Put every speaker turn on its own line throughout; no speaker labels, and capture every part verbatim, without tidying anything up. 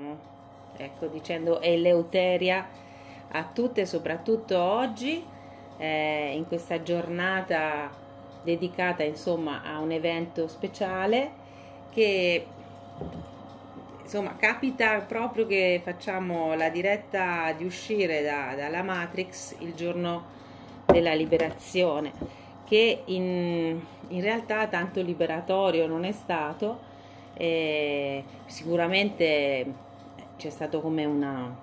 ecco, dicendo Eleuteria a tutte, soprattutto oggi, eh, in questa giornata dedicata insomma a un evento speciale che insomma capita proprio che facciamo la diretta di uscire da, dalla Matrix il giorno della liberazione, che in, in realtà tanto liberatorio non è stato. E sicuramente c'è stato come una,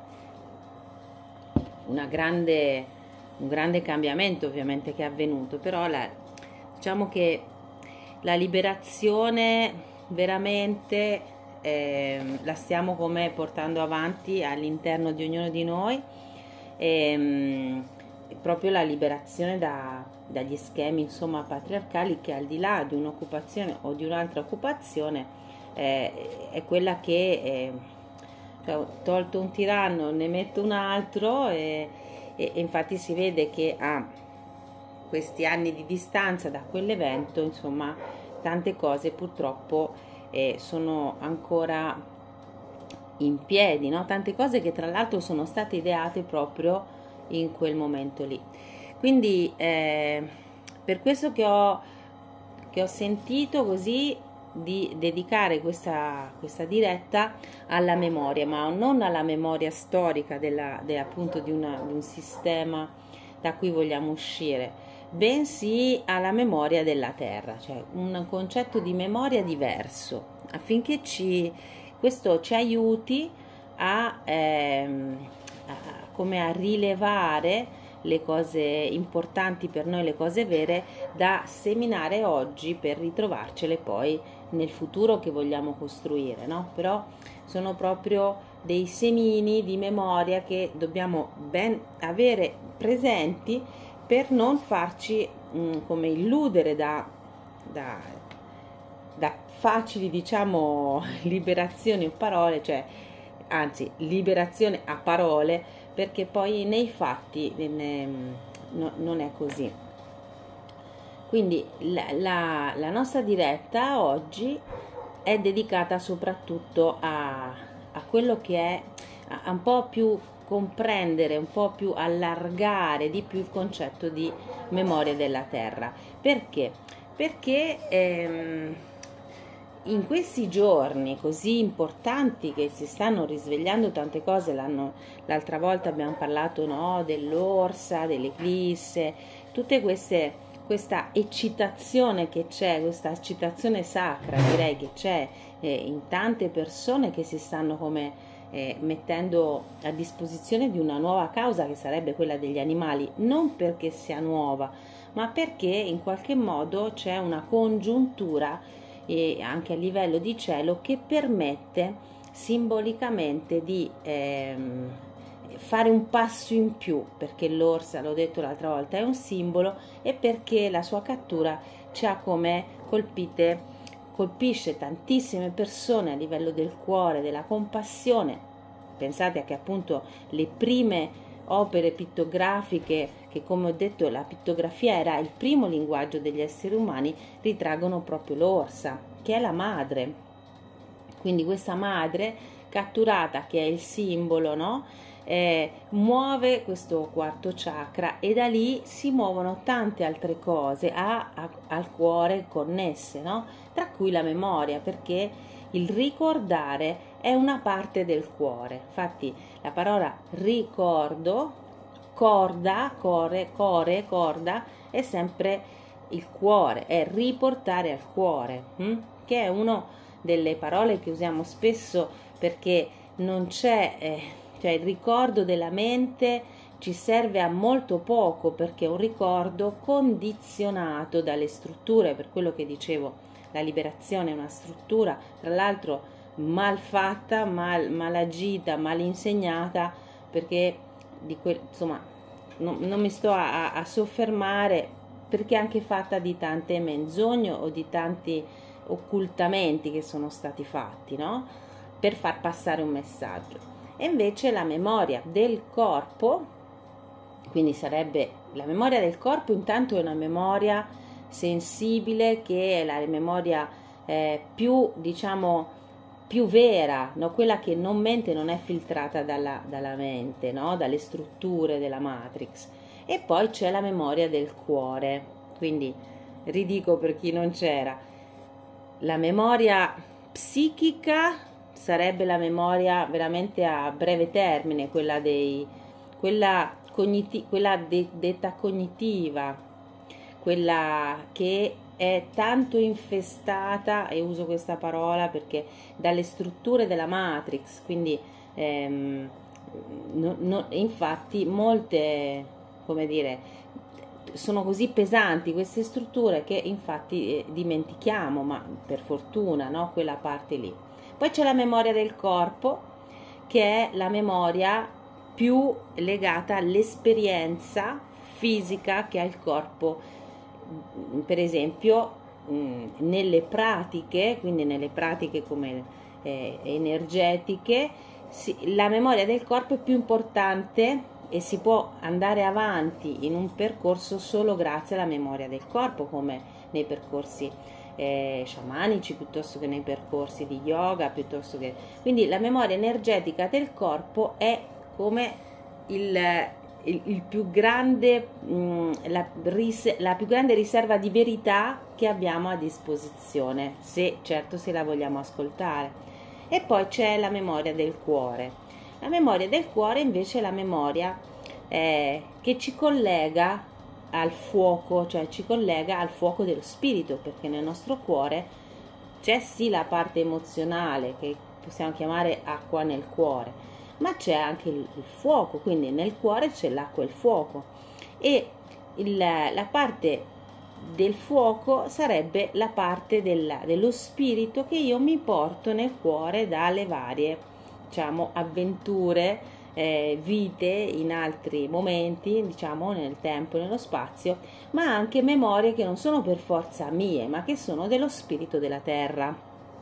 una grande, un grande cambiamento ovviamente che è avvenuto, però la, diciamo che la liberazione veramente eh, la stiamo come portando avanti all'interno di ognuno di noi, e, proprio la liberazione da, dagli schemi insomma patriarcali, che al di là di un'occupazione o di un'altra occupazione eh, è quella che eh, cioè, tolto un tiranno ne metto un altro, e, e, e infatti si vede che a questi anni di distanza da quell'evento insomma tante cose purtroppo eh, sono ancora in piedi, no? Tante cose che tra l'altro sono state ideate proprio in quel momento lì. Quindi eh, per questo che ho, che ho sentito così di dedicare questa, questa diretta alla memoria, ma non alla memoria storica della, de, appunto di, una, di un sistema da cui vogliamo uscire, bensì alla memoria della terra, cioè un concetto di memoria diverso, affinché ci, questo ci aiuti a, ehm, a, come a rilevare le cose importanti per noi, le cose vere da seminare oggi per ritrovarcele poi nel futuro che vogliamo costruire, no? Però sono proprio dei semini di memoria che dobbiamo ben avere presenti per non farci mh, come illudere da, da, da facili, diciamo, liberazioni o parole, cioè anzi liberazione a parole, perché poi nei fatti ne, no, non è così. Quindi la, la, la nostra diretta oggi è dedicata soprattutto a, a quello che è a, a un po' più comprendere, un po' più allargare di più il concetto di memoria della terra. Perché? Perché ehm, in questi giorni così importanti che si stanno risvegliando tante cose, l'anno, l'altra volta abbiamo parlato, no, dell'orsa, dell'eclisse, tutte queste, questa eccitazione che c'è, questa eccitazione sacra direi che c'è eh, in tante persone che si stanno come eh, mettendo a disposizione di una nuova causa che sarebbe quella degli animali, non perché sia nuova, ma perché in qualche modo c'è una congiuntura e anche a livello di cielo che permette simbolicamente di ehm, fare un passo in più, perché l'orsa, l'ho detto l'altra volta, è un simbolo, e perché la sua cattura ci ha come colpite, colpisce tantissime persone a livello del cuore, della compassione. Pensate che appunto le prime opere pittografiche, che come ho detto la pittografia era il primo linguaggio degli esseri umani, ritraggono proprio l'orsa, che è la madre. Quindi questa madre catturata, che è il simbolo, no? Eh, muove questo quarto chakra, e da lì si muovono tante altre cose a, a, al cuore connesse, no? Tra cui la memoria, perché il ricordare è una parte del cuore. Infatti la parola ricordo, corda, core, core, corda, è sempre il cuore, è riportare al cuore, hm? Che è una delle parole che usiamo spesso perché non c'è, eh, cioè il ricordo della mente ci serve a molto poco, perché è un ricordo condizionato dalle strutture, per quello che dicevo, la liberazione è una struttura, tra l'altro mal fatta, mal, mal agita, mal insegnata, perché di quel, insomma non, non mi sto a, a soffermare, perché è anche fatta di tante menzogne o di tanti occultamenti che sono stati fatti, no? Per far passare un messaggio. E invece la memoria del corpo, quindi sarebbe la memoria del corpo, intanto è una memoria sensibile, che è la memoria eh, più, diciamo, più vera, no? Quella che non mente, non è filtrata dalla, dalla mente, no? Dalle strutture della Matrix. E poi c'è la memoria del cuore, quindi ridico per chi non c'era, la memoria psichica sarebbe la memoria veramente a breve termine, quella dei quella, cogniti, quella de, detta cognitiva, quella che è tanto infestata, e uso questa parola perché dalle strutture della Matrix, quindi ehm, no, no, infatti molte, come dire, sono così pesanti queste strutture che infatti eh, dimentichiamo, ma per fortuna, no? Quella parte lì. Poi c'è la memoria del corpo, che è la memoria più legata all'esperienza fisica che ha il corpo. Per esempio nelle pratiche, quindi nelle pratiche come eh, energetiche, si, la memoria del corpo è più importante e si può andare avanti in un percorso solo grazie alla memoria del corpo, come nei percorsi eh, sciamanici, piuttosto che nei percorsi di yoga, piuttosto che... Quindi la memoria energetica del corpo è come il, il, il più grande, mh, la, la più grande riserva di verità che abbiamo a disposizione, se certo se la vogliamo ascoltare. E poi c'è la memoria del cuore. La memoria del cuore invece è la memoria eh, che ci collega al fuoco, cioè ci collega al fuoco dello spirito, perché nel nostro cuore c'è sì la parte emozionale, che possiamo chiamare acqua nel cuore, ma c'è anche il, il fuoco, quindi nel cuore c'è l'acqua e il fuoco. E il, la parte del fuoco sarebbe la parte della, dello spirito che io mi porto nel cuore dalle varie, diciamo, avventure, eh, vite in altri momenti, diciamo, nel tempo e nello spazio, ma anche memorie che non sono per forza mie, ma che sono dello spirito della terra.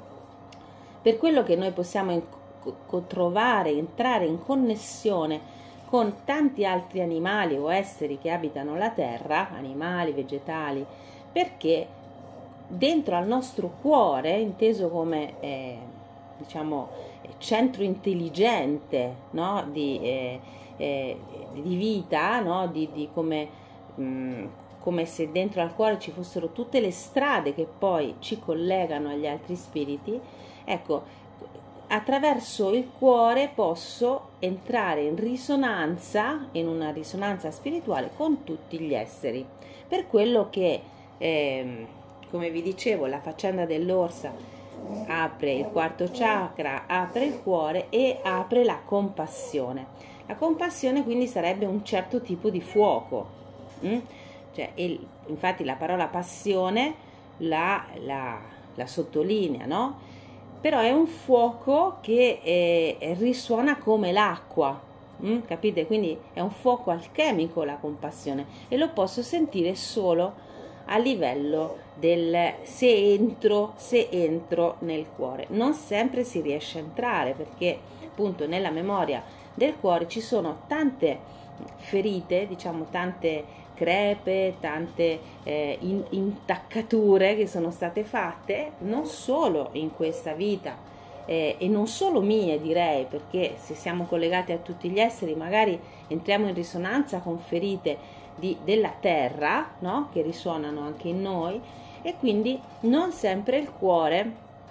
Per quello che noi possiamo in, co, trovare, entrare in connessione con tanti altri animali o esseri che abitano la terra, animali, vegetali, perché dentro al nostro cuore, inteso come eh, diciamo centro intelligente, no? di, eh, eh, di vita, no? di, di come, mh, come se dentro al cuore ci fossero tutte le strade che poi ci collegano agli altri spiriti. Ecco, attraverso il cuore posso entrare in risonanza, in una risonanza spirituale con tutti gli esseri. Per quello che, eh, come vi dicevo, la faccenda dell'orsa apre il quarto chakra, apre il cuore e apre la compassione. La compassione quindi sarebbe un certo tipo di fuoco. Mm? Cioè, il, infatti la parola passione la, la, la sottolinea, no? Però è un fuoco che eh, risuona come l'acqua, mm? Capite? Quindi è un fuoco alchemico la compassione, e lo posso sentire solo a livello del se entro, se entro nel cuore. Non sempre si riesce a entrare, perché appunto nella memoria del cuore ci sono tante ferite, diciamo tante crepe, tante eh, in, intaccature che sono state fatte non solo in questa vita eh, e non solo mie, direi, perché se siamo collegati a tutti gli esseri magari entriamo in risonanza con ferite di, della terra, no? Che risuonano anche in noi, e quindi non sempre il cuore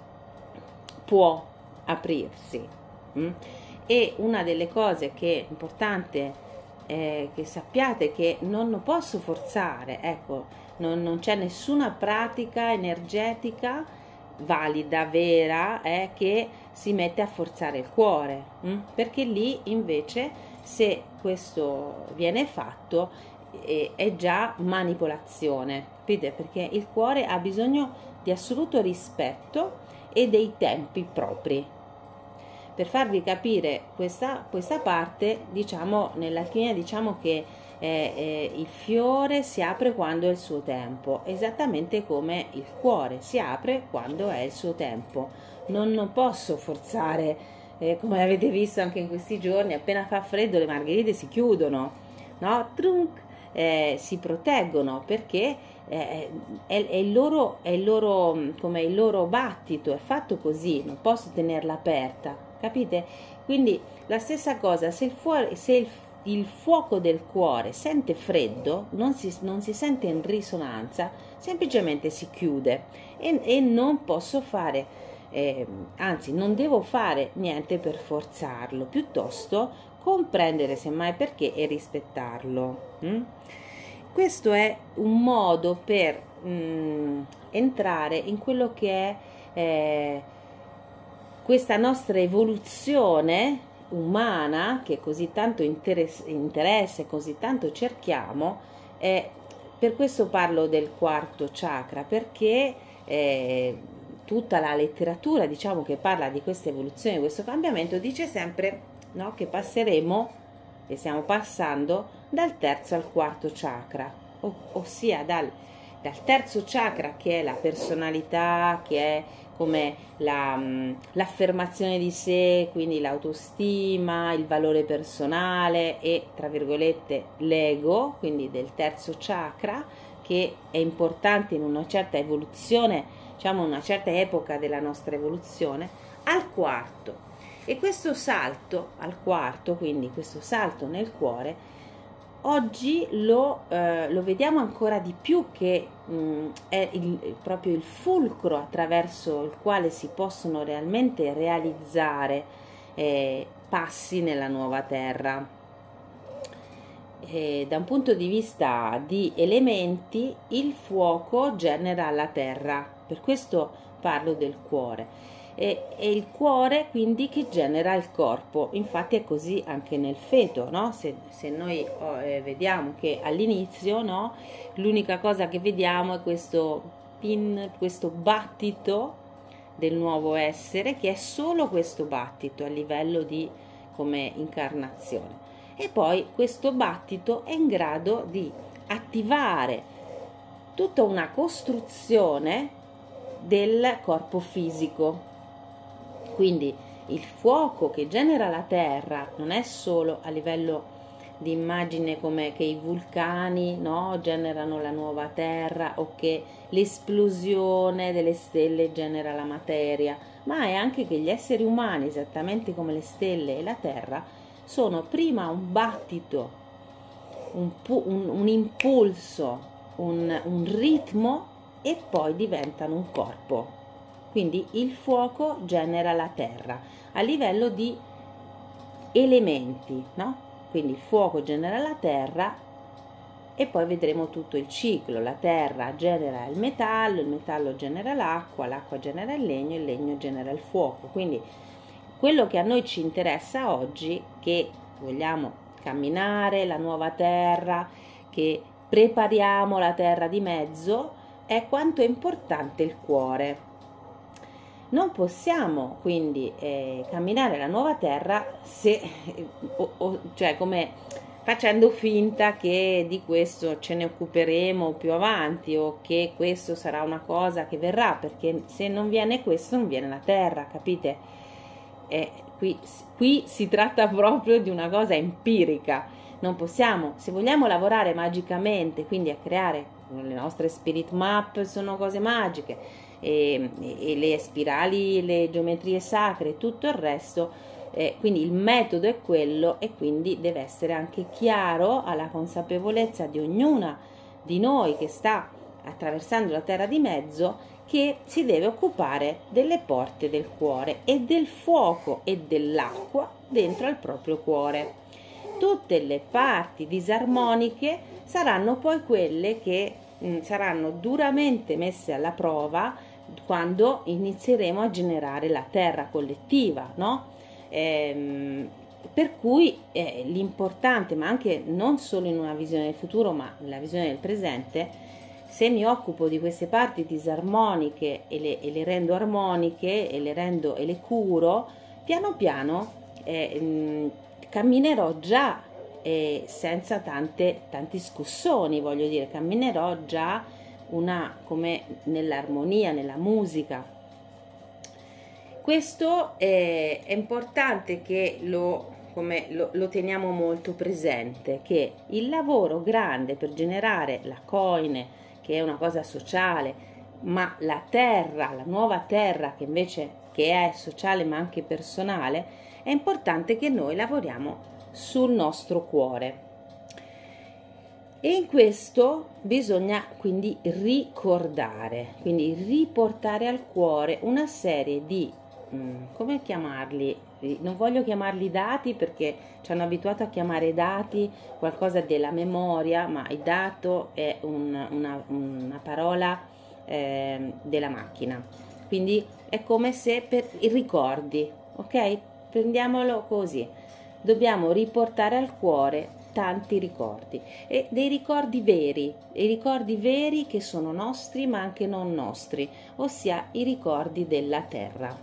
può aprirsi. Mm? E una delle cose che è importante Eh, che sappiate che non posso forzare, ecco, non, non c'è nessuna pratica energetica valida, vera, eh, che si mette a forzare il cuore, hm? Perché lì invece se questo viene fatto eh, è già manipolazione, capite? Perché il cuore ha bisogno di assoluto rispetto e dei tempi propri. Per farvi capire questa, questa parte, diciamo, nell'alchimia diciamo che eh, eh, il fiore si apre quando è il suo tempo, esattamente come il cuore si apre quando è il suo tempo. Non, non posso forzare, eh, come avete visto anche in questi giorni, appena fa freddo le margherite si chiudono, no? Trunk! eh, si proteggono, perché eh, è, è il loro, è il loro, come il loro battito, è fatto così, non posso tenerla aperta, capite? Quindi la stessa cosa, se il, fuori, se il, il fuoco del cuore sente freddo, non si, non si sente in risonanza, semplicemente si chiude e, e non posso fare, eh, anzi non devo fare niente per forzarlo, piuttosto comprendere semmai perché e rispettarlo. Mm? Questo è un modo per mm, entrare in quello che è eh, questa nostra evoluzione umana, che così tanto interessa, interessa e così tanto cerchiamo. Eh, per questo parlo del quarto chakra, perché eh, tutta la letteratura, diciamo, che parla di questa evoluzione, di questo cambiamento, dice sempre, no, che passeremo, e stiamo passando, dal terzo al quarto chakra, o, ossia dal, dal terzo chakra, che è la personalità, che è come la, l'affermazione di sé, quindi l'autostima, il valore personale e, tra virgolette, l'ego, quindi del terzo chakra, che è importante in una certa evoluzione, diciamo una certa epoca della nostra evoluzione, al quarto. E questo salto al quarto, quindi questo salto nel cuore, oggi lo, eh, lo vediamo ancora di più, che mh, è il, proprio il fulcro attraverso il quale si possono realmente realizzare eh, passi nella nuova terra. E da un punto di vista di elementi, il fuoco genera la terra, per questo parlo del cuore. E, e il cuore quindi che genera il corpo, infatti è così anche nel feto, no? Se, se noi oh, eh, vediamo che all'inizio, no, l'unica cosa che vediamo è questo pin, questo battito del nuovo essere, che è solo questo battito a livello di come incarnazione, e poi questo battito è in grado di attivare tutta una costruzione del corpo fisico. Quindi il fuoco che genera la terra non è solo a livello di immagine, come che i vulcani, no, generano la nuova terra, o che l'esplosione delle stelle genera la materia, ma è anche che gli esseri umani, esattamente come le stelle e la terra, sono prima un battito, un, pu- un, un impulso, un, un ritmo, e poi diventano un corpo. Quindi il fuoco genera la terra a livello di elementi, no? Quindi il fuoco genera la terra, e poi vedremo tutto il ciclo. La terra genera il metallo, il metallo genera l'acqua, l'acqua genera il legno, il legno genera il fuoco. Quindi quello che a noi ci interessa oggi, che vogliamo camminare la nuova terra, che prepariamo la terra di mezzo, è quanto è importante il cuore. Non possiamo quindi eh, camminare la nuova terra se, o, o, cioè come facendo finta che di questo ce ne occuperemo più avanti, o che questo sarà una cosa che verrà, perché se non viene questo non viene la terra, capite? Eh, qui, qui si tratta proprio di una cosa empirica. Non possiamo, se vogliamo lavorare magicamente, quindi a creare le nostre spirit map, sono cose magiche, e, e le spirali, le geometrie sacre, tutto il resto, eh, quindi il metodo è quello, e quindi deve essere anche chiaro alla consapevolezza di ognuna di noi che sta attraversando la terra di mezzo, che si deve occupare delle porte del cuore e del fuoco e dell'acqua dentro al proprio cuore. Tutte le parti disarmoniche saranno poi quelle che mh, saranno duramente messe alla prova quando inizieremo a generare la terra collettiva, no? Ehm, per cui eh, l'importante, ma anche non solo in una visione del futuro, ma nella visione del presente, se mi occupo di queste parti disarmoniche e le, e le rendo armoniche e le rendo e le curo, piano piano eh, mh, camminerò già eh, senza tante, tanti scossoni, voglio dire, camminerò già una, come nell'armonia, nella musica. Questo è, è importante che lo come lo, lo teniamo molto presente, che il lavoro grande per generare la coine, che è una cosa sociale, ma la terra, la nuova terra che invece che è sociale ma anche personale, è importante che noi lavoriamo sul nostro cuore. E in questo bisogna quindi ricordare, quindi riportare al cuore una serie di, come chiamarli? Non voglio chiamarli dati perché ci hanno abituato a chiamare dati qualcosa della memoria, ma il dato è un, una, una parola eh, della macchina, quindi è come se per i ricordi, ok? Prendiamolo così, dobbiamo riportare al cuore tanti ricordi e dei ricordi veri, i ricordi veri che sono nostri ma anche non nostri, ossia i ricordi della terra.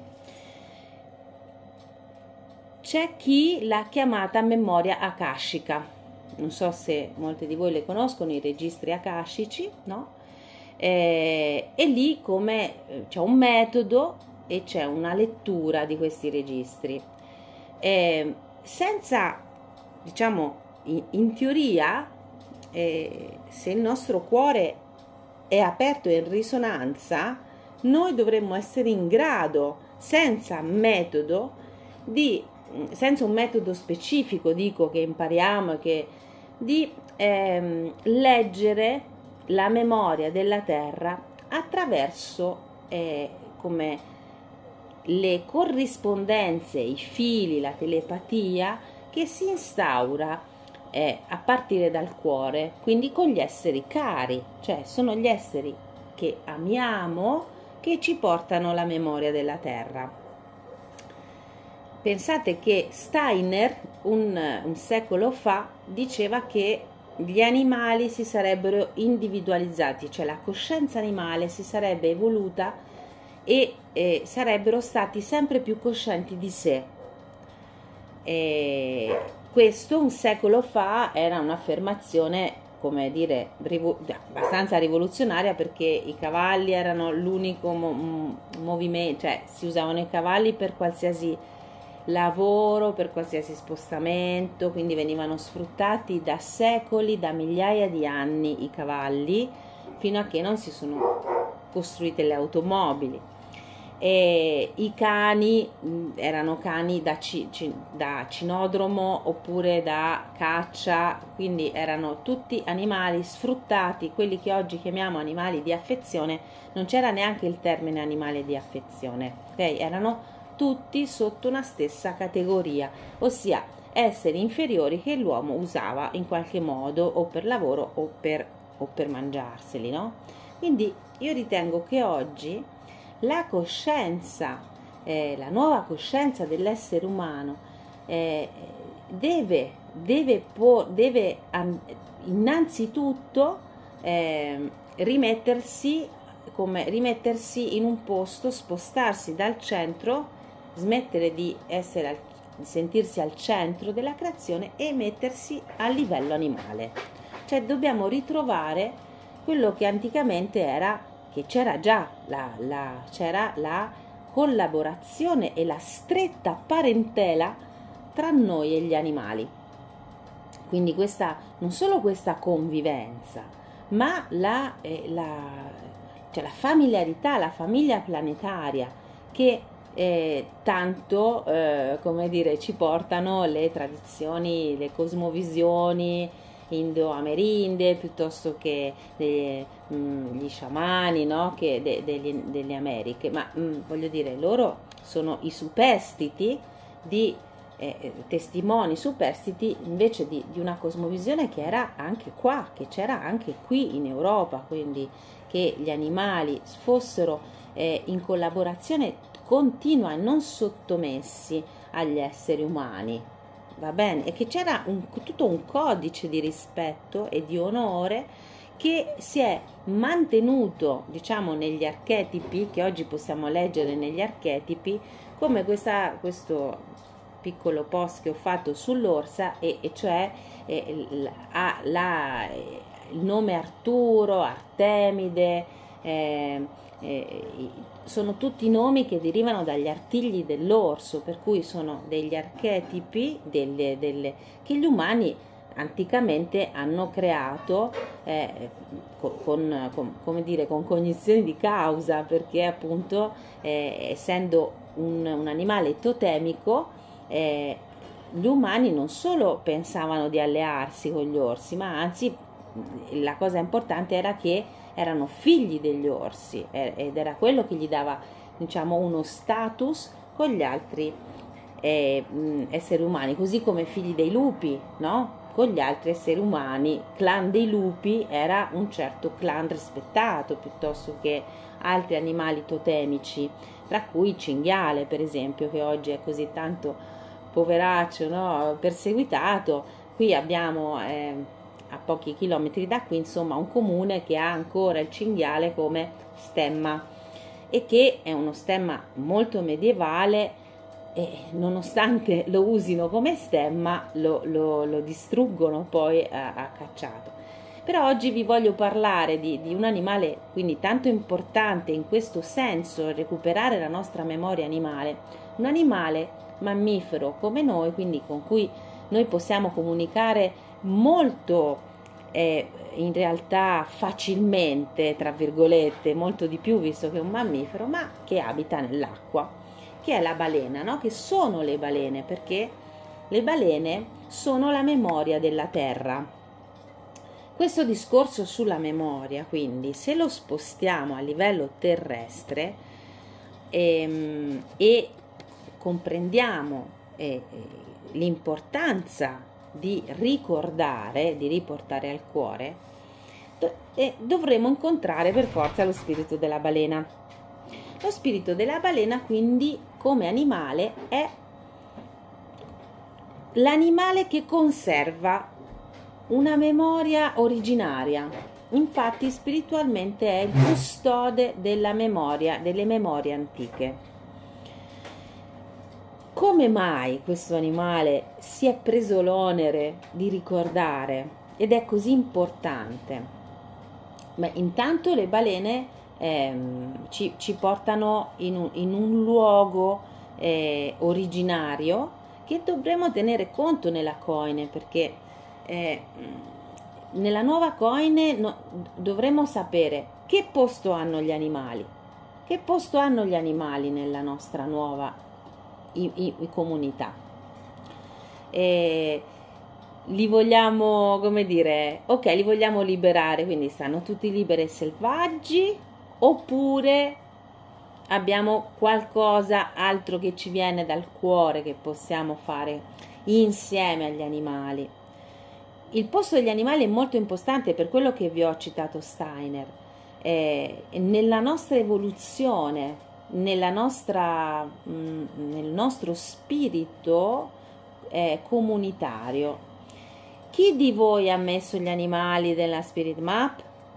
C'è chi l'ha chiamata memoria akashica, non so se molti di voi le conoscono, i registri akashici, no? Eh, e lì come c'è un metodo e c'è una lettura di questi registri. Eh, senza, diciamo, in, in teoria, eh, se il nostro cuore è aperto e in risonanza, noi dovremmo essere in grado, senza metodo, di senza un metodo specifico, dico, che impariamo, che, di ehm, leggere la memoria della terra attraverso eh, come le corrispondenze, i fili, la telepatia che si instaura eh, a partire dal cuore, quindi con gli esseri cari, cioè sono gli esseri che amiamo che ci portano la memoria della terra. Pensate che Steiner un, un secolo fa diceva che gli animali si sarebbero individualizzati, cioè la coscienza animale si sarebbe evoluta e eh, sarebbero stati sempre più coscienti di sé. E questo un secolo fa era un'affermazione, come dire, rivo- abbastanza rivoluzionaria, perché i cavalli erano l'unico mo- movimento, cioè si usavano i cavalli per qualsiasi lavoro, per qualsiasi spostamento, quindi venivano sfruttati da secoli, da migliaia di anni i cavalli, fino a che non si sono costruite le automobili. E i cani erano cani da, ci, ci, da cinodromo oppure da caccia, quindi erano tutti animali sfruttati, quelli che oggi chiamiamo animali di affezione. Non c'era neanche il termine animale di affezione, ok? Erano tutti sotto una stessa categoria, ossia esseri inferiori che l'uomo usava in qualche modo o per lavoro o per, o per mangiarseli, no? Quindi io ritengo che oggi la coscienza, eh, la nuova coscienza dell'essere umano eh, deve, deve, po- deve an- innanzitutto eh, rimettersi, come, rimettersi in un posto, spostarsi dal centro, smettere di essere al, di sentirsi al centro della creazione e mettersi a livello animale. Cioè dobbiamo ritrovare quello che anticamente era, che c'era già, la, la, c'era la collaborazione e la stretta parentela tra noi e gli animali. Quindi questa, non solo questa convivenza, ma la, eh, la, cioè la familiarità, la famiglia planetaria che eh, tanto, eh, come dire, ci portano le tradizioni, le cosmovisioni indo-amerindee, piuttosto che dei, mh, gli sciamani, no? Che de, degli, delle Americhe, ma mh, voglio dire, loro sono i superstiti di eh, testimoni superstiti invece di, di una cosmovisione che era anche qua, che c'era anche qui in Europa, quindi che gli animali fossero eh, in collaborazione continua e non sottomessi agli esseri umani, va bene? E che c'era un, tutto un codice di rispetto e di onore che si è mantenuto, diciamo, negli archetipi, che oggi possiamo leggere negli archetipi, come questa, questo piccolo post che ho fatto sull'orsa, e, e cioè eh, la, la, il nome Arturo, Artemide, eh, eh, sono tutti nomi che derivano dagli artigli dell'orso, per cui sono degli archetipi delle, delle, che gli umani anticamente hanno creato eh, con, con, come dire, con cognizione di causa, perché appunto eh, essendo un, un animale totemico, eh, gli umani non solo pensavano di allearsi con gli orsi, ma anzi la cosa importante era che erano figli degli orsi ed era quello che gli dava, diciamo, uno status con gli altri eh, esseri umani, così come figli dei lupi, no? Con gli altri esseri umani, clan dei lupi era un certo clan rispettato piuttosto che altri animali totemici, tra cui il cinghiale, per esempio, che oggi è così tanto poveraccio, no? Perseguitato. Qui abbiamo eh, a pochi chilometri da qui, insomma, un comune che ha ancora il cinghiale come stemma e che è uno stemma molto medievale, e nonostante lo usino come stemma lo, lo, lo distruggono poi a, a cacciato. Però oggi vi voglio parlare di, di un animale quindi tanto importante in questo senso, recuperare la nostra memoria animale, un animale mammifero come noi, quindi con cui noi possiamo comunicare molto eh, in realtà facilmente, tra virgolette, molto di più visto che è un mammifero, ma che abita nell'acqua, che è la balena, no? Che sono le balene, perché le balene sono la memoria della terra. Questo discorso sulla memoria, quindi, se lo spostiamo a livello terrestre ehm, e comprendiamo eh, l'importanza di ricordare, di riportare al cuore, eh, dovremo incontrare per forza lo spirito della balena. Lo spirito della balena, quindi, come animale, è l'animale che conserva una memoria originaria. Infatti, spiritualmente è il custode della memoria, delle memorie antiche. Come mai questo animale si è preso l'onere di ricordare ed è così importante? Beh, intanto le balene Eh, ci, ci portano in un, in un luogo eh, originario che dovremo tenere conto nella coine, perché eh, nella nuova coine no, dovremo sapere che posto hanno gli animali, che posto hanno gli animali nella nostra nuova i, i, i comunità. E li vogliamo, come dire, ok, li vogliamo liberare, quindi stanno tutti liberi e selvaggi, oppure abbiamo qualcosa altro che ci viene dal cuore che possiamo fare insieme agli animali. Il posto degli animali è molto importante per quello che vi ho citato Steiner. Eh, nella nostra evoluzione, nella nostra, mh, nel nostro spirito eh, comunitario. Chi di voi ha messo gli animali nella Spirit Map?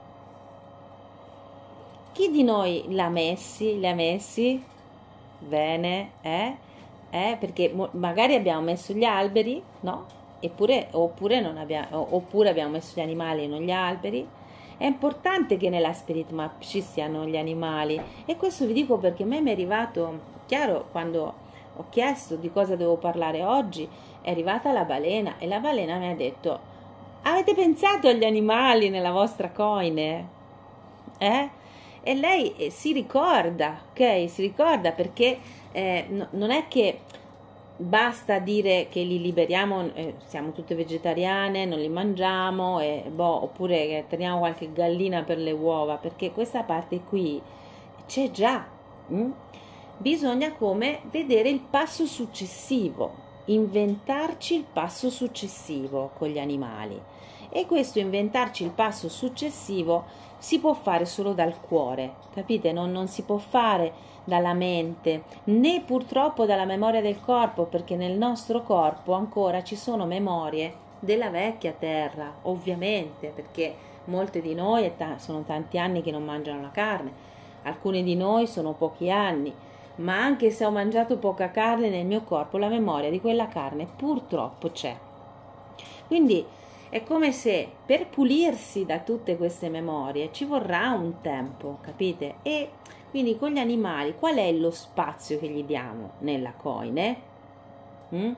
Chi di noi l'ha messi? Li ha messi? Bene, eh? Eh? Perché magari abbiamo messo gli alberi, no? Eppure, oppure, non abbiamo, oppure abbiamo messo gli animali e non gli alberi. È importante che nella Spirit Map ci siano gli animali, e questo vi dico perché a me mi è arrivato, chiaro, quando ho chiesto di cosa devo parlare oggi, è arrivata la balena e la balena mi ha detto: avete pensato agli animali nella vostra coine? Eh? E lei eh, si ricorda, ok? Si ricorda perché eh, no, non è che basta dire che li liberiamo, eh, siamo tutte vegetariane, non li mangiamo, e, boh, oppure che teniamo qualche gallina per le uova, perché questa parte qui c'è già. Hm? Bisogna come vedere il passo successivo, inventarci il passo successivo con gli animali. E questo inventarci il passo successivo si può fare solo dal cuore, capite? Non, non si può fare dalla mente, né purtroppo dalla memoria del corpo, perché nel nostro corpo ancora ci sono memorie della vecchia terra, ovviamente, perché molte di noi sono tanti anni che non mangiano la carne, alcuni di noi sono pochi anni, ma anche se ho mangiato poca carne nel mio corpo, la memoria di quella carne purtroppo c'è. Quindi è come se per pulirsi da tutte queste memorie ci vorrà un tempo, capite? E quindi con gli animali qual è lo spazio che gli diamo nella coine? Mm?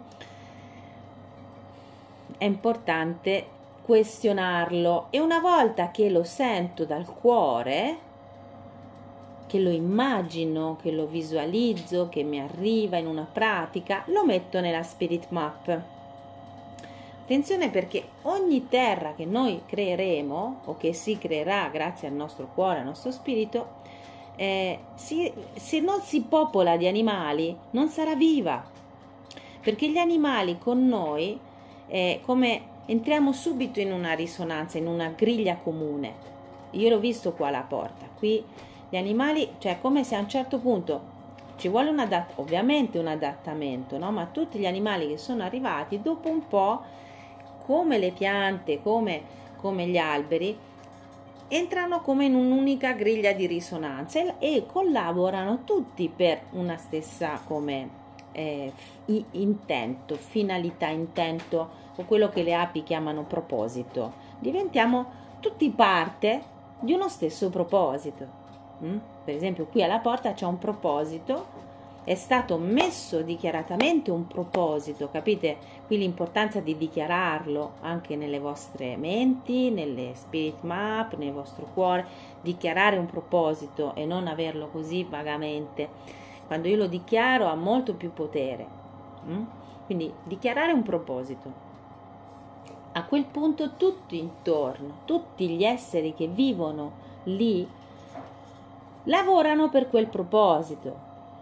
È importante questionarlo, e una volta che lo sento dal cuore, che lo immagino, che lo visualizzo, che mi arriva in una pratica, lo metto nella spirit map. Attenzione, perché ogni terra che noi creeremo o che si creerà grazie al nostro cuore, al nostro spirito, eh, si, se non si popola di animali non sarà viva, perché gli animali con noi, eh, come entriamo subito in una risonanza, in una griglia comune. Io l'ho visto qua alla porta, qui gli animali, cioè come se a un certo punto ci vuole un adatt- ovviamente un adattamento, no? Ma tutti gli animali che sono arrivati dopo un po', come le piante, come, come gli alberi, entrano come in un'unica griglia di risonanza e, e collaborano tutti per una stessa come eh, intento, finalità, intento, o quello che le api chiamano proposito. Diventiamo tutti parte di uno stesso proposito. Mm? Per esempio qui alla porta c'è un proposito, è stato messo dichiaratamente un proposito, capite? Qui l'importanza di dichiararlo anche nelle vostre menti, nelle spirit map, nel vostro cuore, dichiarare un proposito e non averlo così vagamente. Quando io lo dichiaro ha molto più potere. Mm? Quindi dichiarare un proposito. A quel punto tutti intorno, tutti gli esseri che vivono lì, lavorano per quel proposito.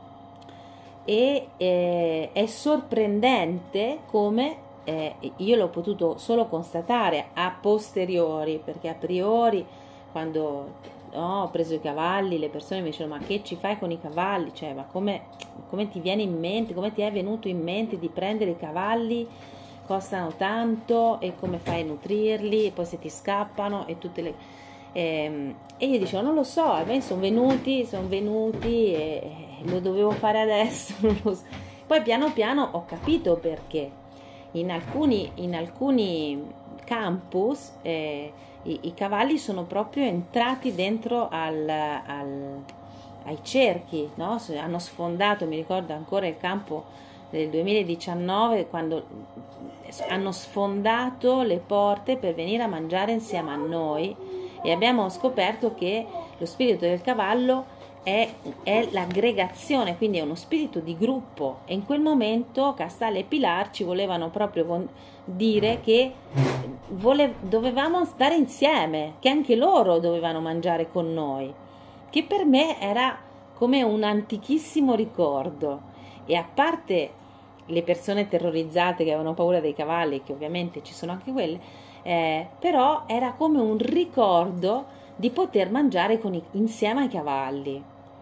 E eh, è sorprendente come eh, io l'ho potuto solo constatare a posteriori, perché a priori, quando no, ho preso i cavalli, le persone mi dicevano: ma che ci fai con i cavalli? Cioè, ma come, come ti viene in mente, come ti è venuto in mente di prendere i cavalli? Costano tanto, e come fai a nutrirli, e poi se ti scappano e tutte le... E, e io dicevo: non lo so, a me sono venuti, sono venuti e lo dovevo fare adesso. Non lo so. Poi piano piano ho capito perché. In alcuni, in alcuni campus eh, i, i cavalli sono proprio entrati dentro al, al, ai cerchi, no? Hanno sfondato, mi ricordo ancora il campo del duemiladiciannove, quando hanno sfondato le porte per venire a mangiare insieme a noi, e abbiamo scoperto che lo spirito del cavallo è, è l'aggregazione, quindi è uno spirito di gruppo, e in quel momento Casale e Pilar ci volevano proprio dire che vole, dovevamo stare insieme, che anche loro dovevano mangiare con noi, che per me era come un antichissimo ricordo. E a parte le persone terrorizzate che avevano paura dei cavalli, che ovviamente ci sono anche quelle, eh, però era come un ricordo di poter mangiare con i, insieme ai cavalli.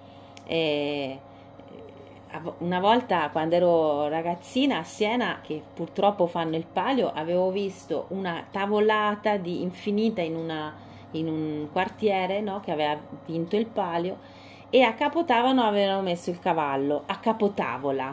E, una volta, quando ero ragazzina a Siena, che purtroppo fanno il Palio, avevo visto una tavolata di infinita in, una, in un quartiere, no, che aveva vinto il Palio, e a Capotavolo avevano messo il cavallo a capotavola.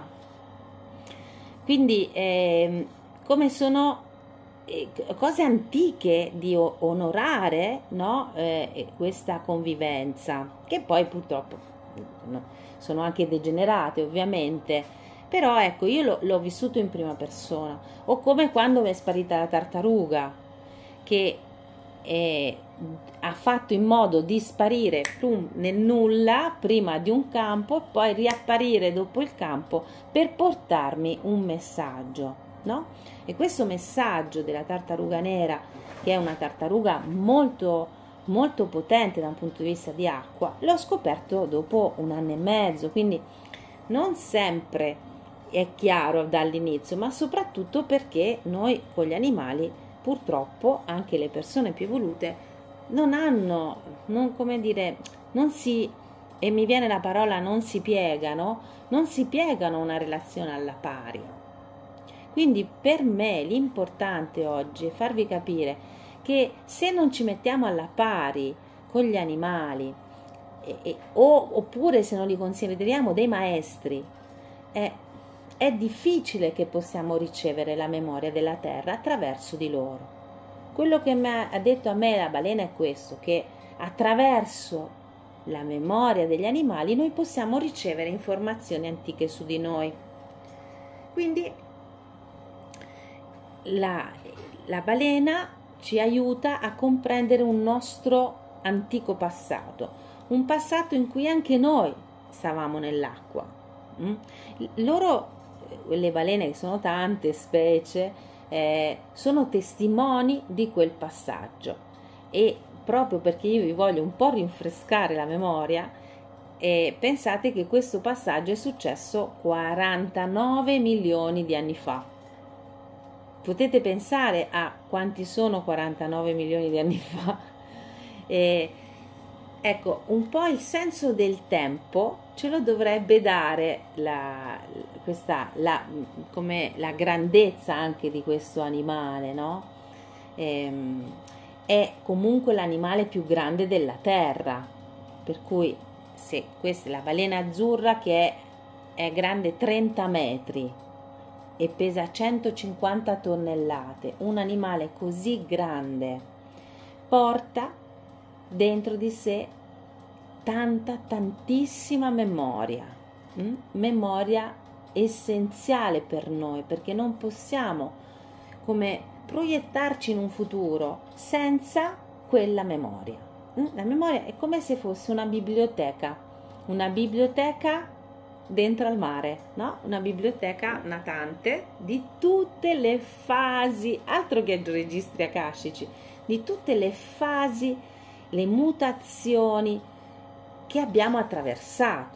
Quindi eh, come sono eh, cose antiche di onorare, no? eh, questa convivenza, che poi purtroppo no, sono anche degenerate ovviamente, però ecco, io l'ho, l'ho vissuto in prima persona. O come quando mi è sparita la tartaruga, che eh, ha fatto in modo di sparire plum, nel nulla prima di un campo e poi riapparire dopo il campo per portarmi un messaggio, no? E questo messaggio della tartaruga nera, che è una tartaruga molto molto potente da un punto di vista di acqua, l'ho scoperto dopo un anno e mezzo, quindi non sempre è chiaro dall'inizio, ma soprattutto perché noi con gli animali, purtroppo, anche le persone più evolute non hanno, non come dire, non si, e mi viene la parola non si piegano, non si piegano una relazione alla pari. Quindi per me l'importante oggi è farvi capire che se non ci mettiamo alla pari con gli animali, e, e, o, oppure se non li consideriamo dei maestri, è, è difficile che possiamo ricevere la memoria della terra attraverso di loro. Quello che mi ha detto a me la balena è questo, che attraverso la memoria degli animali noi possiamo ricevere informazioni antiche su di noi. Quindi la, la balena ci aiuta a comprendere un nostro antico passato, un passato in cui anche noi stavamo nell'acqua. Mm? Loro, le balene, che sono tante specie, eh, sono testimoni di quel passaggio, e proprio perché io vi voglio un po' rinfrescare la memoria, eh, pensate che questo passaggio è successo quarantanove milioni di anni fa. Potete pensare a quanti sono quarantanove milioni di anni fa? Eh, ecco, un po' il senso del tempo ce lo dovrebbe dare la, questa, la, come la grandezza anche di questo animale, no? Ehm, è comunque l'animale più grande della Terra, per cui se questa è la balena azzurra, che è, è grande trenta metri e pesa centocinquanta tonnellate, un animale così grande porta dentro di sé tanta, tantissima memoria, hm? memoria essenziale per noi, perché non possiamo come proiettarci in un futuro senza quella memoria. Hm? La memoria è come se fosse una biblioteca, una biblioteca dentro al mare, no? Una biblioteca natante di tutte le fasi, altro che registri akashici, di tutte le fasi, le mutazioni che abbiamo attraversato.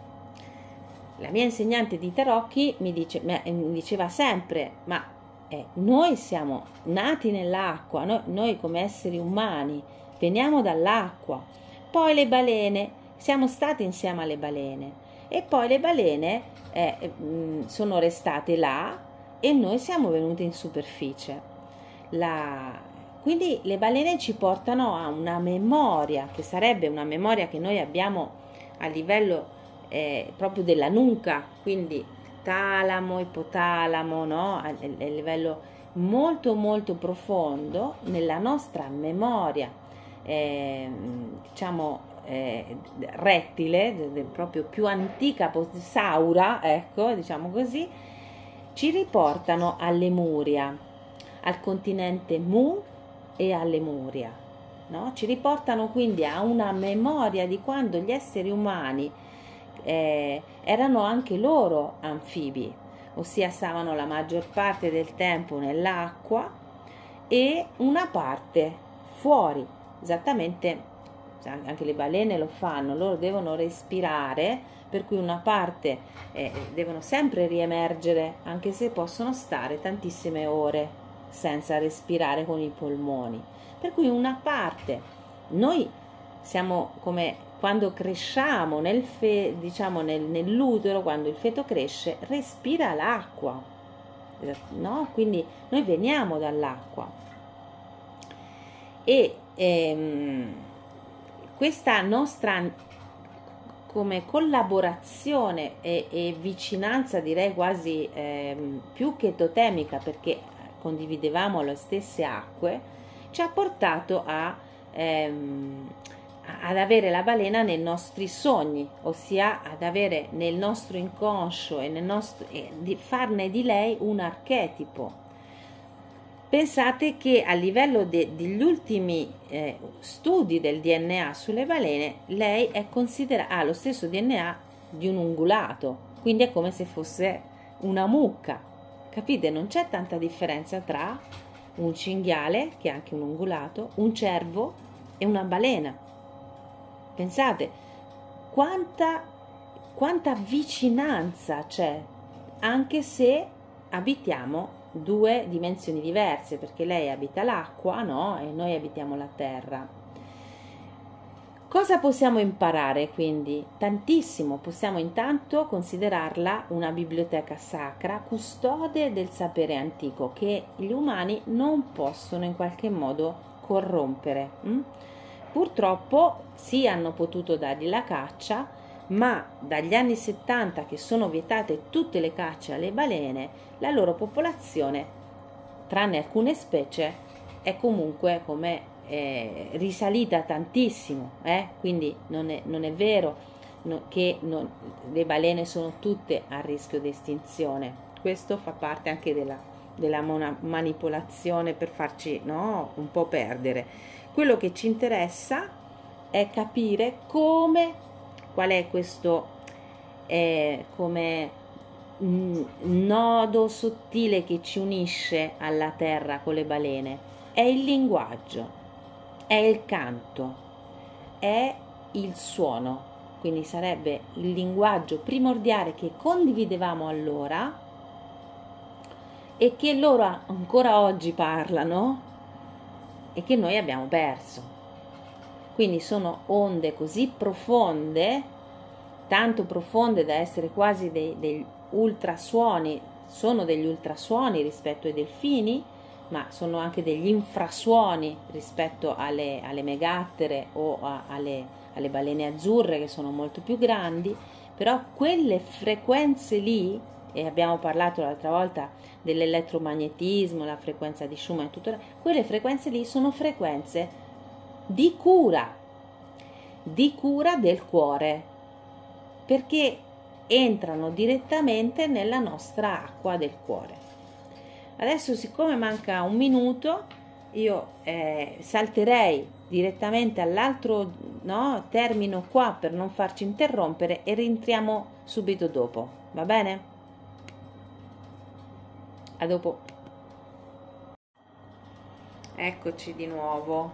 La mia insegnante di tarocchi mi, dice, mi diceva sempre, ma eh, noi siamo nati nell'acqua, noi, noi come esseri umani veniamo dall'acqua, poi le balene, siamo stati insieme alle balene, e poi le balene eh, sono restate là e noi siamo venuti in superficie. La... Quindi le balene ci portano a una memoria, che sarebbe una memoria che noi abbiamo a livello eh, proprio della nuca, quindi talamo, ipotalamo, no? a, a livello molto molto profondo nella nostra memoria, eh, diciamo, Eh, rettile, proprio più antica, saura, ecco, diciamo così, ci riportano a Lemuria, al continente Mu e a Lemuria, no? Ci riportano quindi a una memoria di quando gli esseri umani eh, erano anche loro anfibi, ossia stavano la maggior parte del tempo nell'acqua e una parte fuori, esattamente. Anche le balene lo fanno, loro devono respirare, per cui una parte eh, devono sempre riemergere, anche se possono stare tantissime ore senza respirare con i polmoni, per cui una parte, noi siamo come quando cresciamo nel fe, diciamo nel, nell'utero, quando il feto cresce, respira l'acqua, no? Quindi noi veniamo dall'acqua e ehm, questa nostra come collaborazione e, e vicinanza, direi quasi eh, più che totemica, perché condividevamo le stesse acque, ci ha portato a, ehm, ad avere la balena nei nostri sogni, ossia ad avere nel nostro inconscio e nel nostro, e di farne di lei un archetipo. Pensate che a livello de, degli ultimi eh, studi del D N A sulle balene, lei è considerata, ha lo stesso D N A di un ungulato, quindi è come se fosse una mucca, capite? Non c'è tanta differenza tra un cinghiale, che è anche un ungulato, un cervo e una balena. Pensate quanta, quanta vicinanza c'è, anche se abitiamo due dimensioni diverse, perché lei abita l'acqua, no? E noi abitiamo la terra. Cosa possiamo imparare quindi? Tantissimo. Possiamo intanto considerarla una biblioteca sacra, custode del sapere antico, che gli umani non possono in qualche modo corrompere. Hm? Purtroppo sì, hanno potuto dargli la caccia, ma dagli anni settanta, che sono vietate tutte le cacce alle balene, la loro popolazione, tranne alcune specie, è comunque come eh, risalita tantissimo, eh? Quindi non è, non è vero no, che non, le balene sono tutte a rischio di estinzione. Questo fa parte anche della, della mona- manipolazione per farci, no, un po' perdere. Quello che ci interessa è capire come, qual è questo eh, come mh, nodo sottile che ci unisce alla terra con le balene. È il linguaggio, è il canto, è il suono. Quindi sarebbe il linguaggio primordiale che condividevamo allora e che loro ancora oggi parlano e che noi abbiamo perso. Quindi sono onde così profonde, tanto profonde da essere quasi dei, degli ultrasuoni, sono degli ultrasuoni rispetto ai delfini, ma sono anche degli infrasuoni rispetto alle, alle megattere o a, alle, alle balene azzurre, che sono molto più grandi. Però quelle frequenze lì, e abbiamo parlato l'altra volta dell'elettromagnetismo, la frequenza di Schumann, tutto, quelle frequenze lì sono frequenze di cura, di cura del cuore, perché entrano direttamente nella nostra acqua del cuore. Adesso, siccome manca un minuto, io eh, salterei direttamente all'altro, no, termino qua per non farci interrompere e rientriamo subito dopo, va bene? A dopo. Eccoci di nuovo.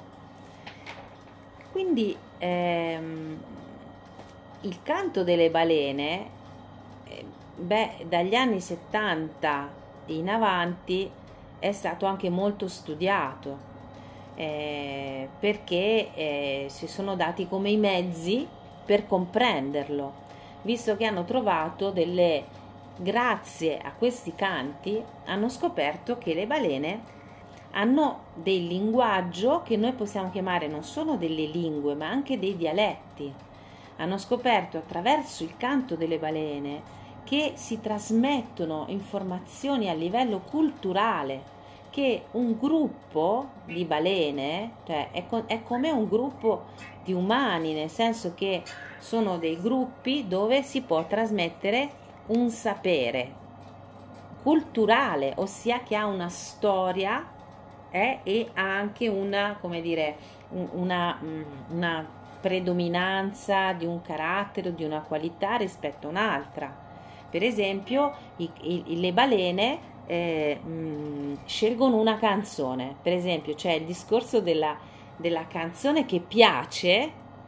Quindi ehm, il canto delle balene, eh, beh, dagli anni settanta in avanti è stato anche molto studiato, eh, perché eh, si sono dati come i mezzi per comprenderlo, visto che hanno trovato delle, grazie a questi canti, hanno scoperto che le balene hanno del linguaggio che noi possiamo chiamare non solo delle lingue, ma anche dei dialetti. Hanno scoperto attraverso il canto delle balene che si trasmettono informazioni a livello culturale, che un gruppo di balene, cioè è, co- è come un gruppo di umani, nel senso che sono dei gruppi dove si può trasmettere un sapere culturale, ossia che ha una storia eh, e ha anche una, come dire, una, una predominanza di un carattere o di una qualità rispetto a un'altra. Per esempio, i, i, le balene eh, mh, scelgono una canzone. Per esempio, c'è il discorso della, della canzone che piace,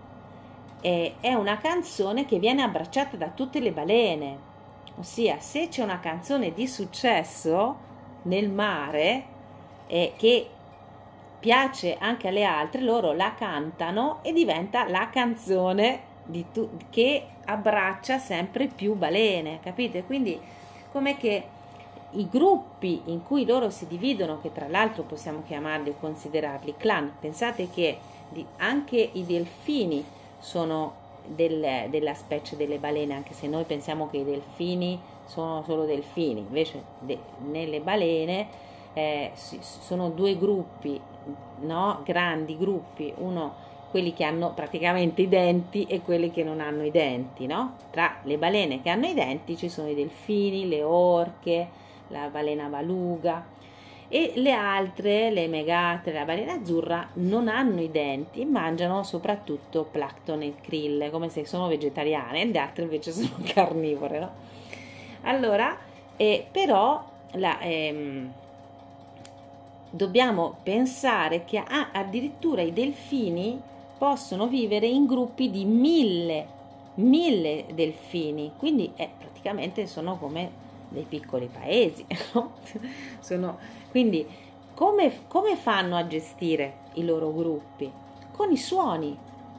eh, è una canzone che viene abbracciata da tutte le balene. Ossia, se c'è una canzone di successo nel mare eh, che piace anche alle altre, loro la cantano e diventa la canzone di tu- che abbraccia sempre più balene, capite? Quindi com'è che i gruppi in cui loro si dividono, che tra l'altro possiamo chiamarli o considerarli clan, pensate che di, anche i delfini sono del, della specie delle balene, anche se noi pensiamo che i delfini sono solo delfini, invece de, nelle balene eh, sono due gruppi, no? Grandi gruppi, uno quelli che hanno praticamente i denti e quelli che non hanno i denti, no? Tra le balene che hanno i denti ci sono i delfini, le orche, la balena beluga, e le altre, le megatre, la balena azzurra, non hanno i denti, mangiano soprattutto plancton e krill, come se sono vegetariane, le altre invece sono carnivore, no? Allora, eh, però la, ehm, dobbiamo pensare che ah, addirittura i delfini possono vivere in gruppi di mille, mille delfini, quindi eh, praticamente sono come dei piccoli paesi, no? Sono, quindi come, come fanno a gestire i loro gruppi? Con i suoni,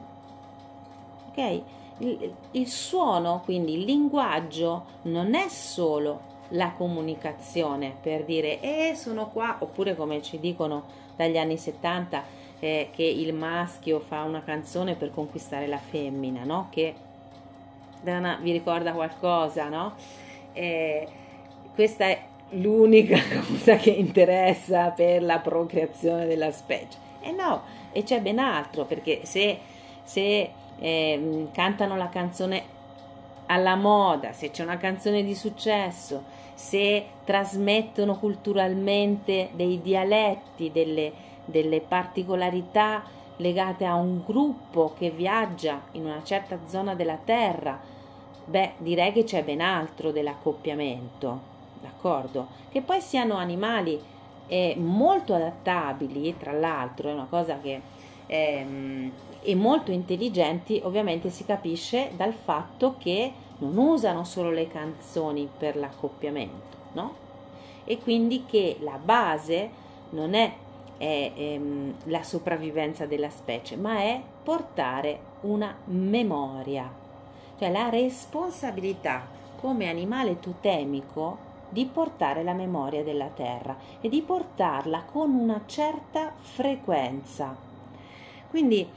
ok? Il, il suono, quindi il linguaggio, non è solo la comunicazione per dire eh sono qua, oppure come ci dicono dagli anni settanta eh, che il maschio fa una canzone per conquistare la femmina, no? Che Dana, vi ricorda qualcosa, no? Eh, questa è l'unica cosa che interessa per la procreazione della specie. E no, e c'è ben altro, perché se, se eh, cantano la canzone alla moda, se c'è una canzone di successo, se trasmettono culturalmente dei dialetti, delle, delle particolarità legate a un gruppo che viaggia in una certa zona della terra, beh, direi che c'è ben altro dell'accoppiamento, d'accordo? Che poi siano animali eh, molto adattabili, tra l'altro, è una cosa che ehm, e molto intelligenti, ovviamente si capisce dal fatto che non usano solo le canzoni per l'accoppiamento, no? E quindi che la base non è, è ehm, la sopravvivenza della specie, ma è portare una memoria, cioè la responsabilità come animale totemico di portare la memoria della terra e di portarla con una certa frequenza. Quindi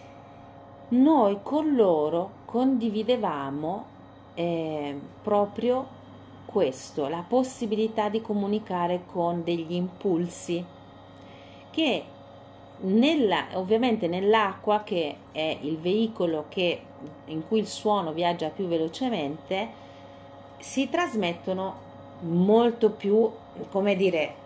noi con loro condividevamo eh, proprio questo, la possibilità di comunicare con degli impulsi che nella, ovviamente nell'acqua, che è il veicolo che, in cui il suono viaggia più velocemente, si trasmettono molto più, come dire,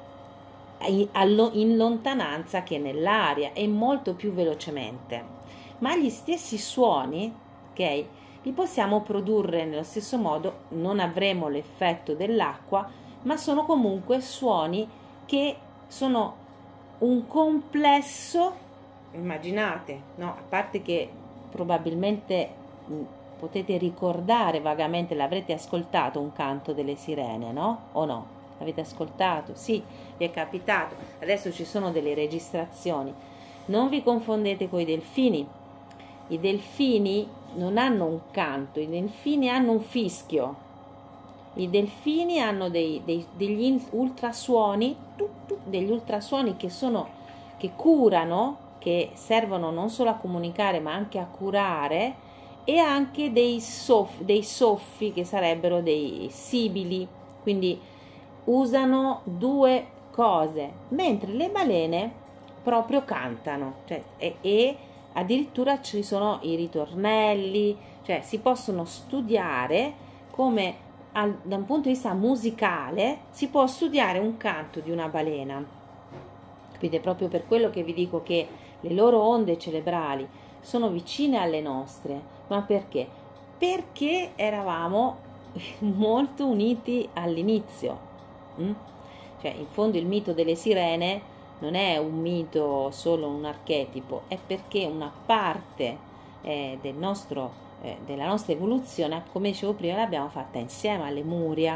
in lontananza che nell'aria e molto più velocemente. Ma gli stessi suoni, ok, li possiamo produrre nello stesso modo, non avremo l'effetto dell'acqua, ma sono comunque suoni che sono un complesso, immaginate, no? A parte che probabilmente mh, potete ricordare vagamente, l'avrete ascoltato un canto delle sirene, no? O no? L'avete ascoltato? Sì, vi è capitato. Adesso ci sono delle registrazioni. Non vi confondete con i delfini. I delfini non hanno un canto, i delfini hanno un fischio. I delfini hanno dei, dei, degli ultrasuoni, degli ultrasuoni che sono, che curano, che servono non solo a comunicare ma anche a curare, e anche dei, soff, dei soffi che sarebbero dei sibili, quindi usano due cose, mentre le balene proprio cantano, cioè, e, e addirittura ci sono i ritornelli, cioè si possono studiare come al, da un punto di vista musicale si può studiare un canto di una balena. Quindi è proprio per quello che vi dico che le loro onde cerebrali sono vicine alle nostre. Ma perché? Perché eravamo molto uniti all'inizio. Mm? Cioè, in fondo il mito delle sirene non è un mito, solo un archetipo, è perché una parte eh, del nostro, eh, della nostra evoluzione, come dicevo prima, l'abbiamo fatta insieme alle Lemuria.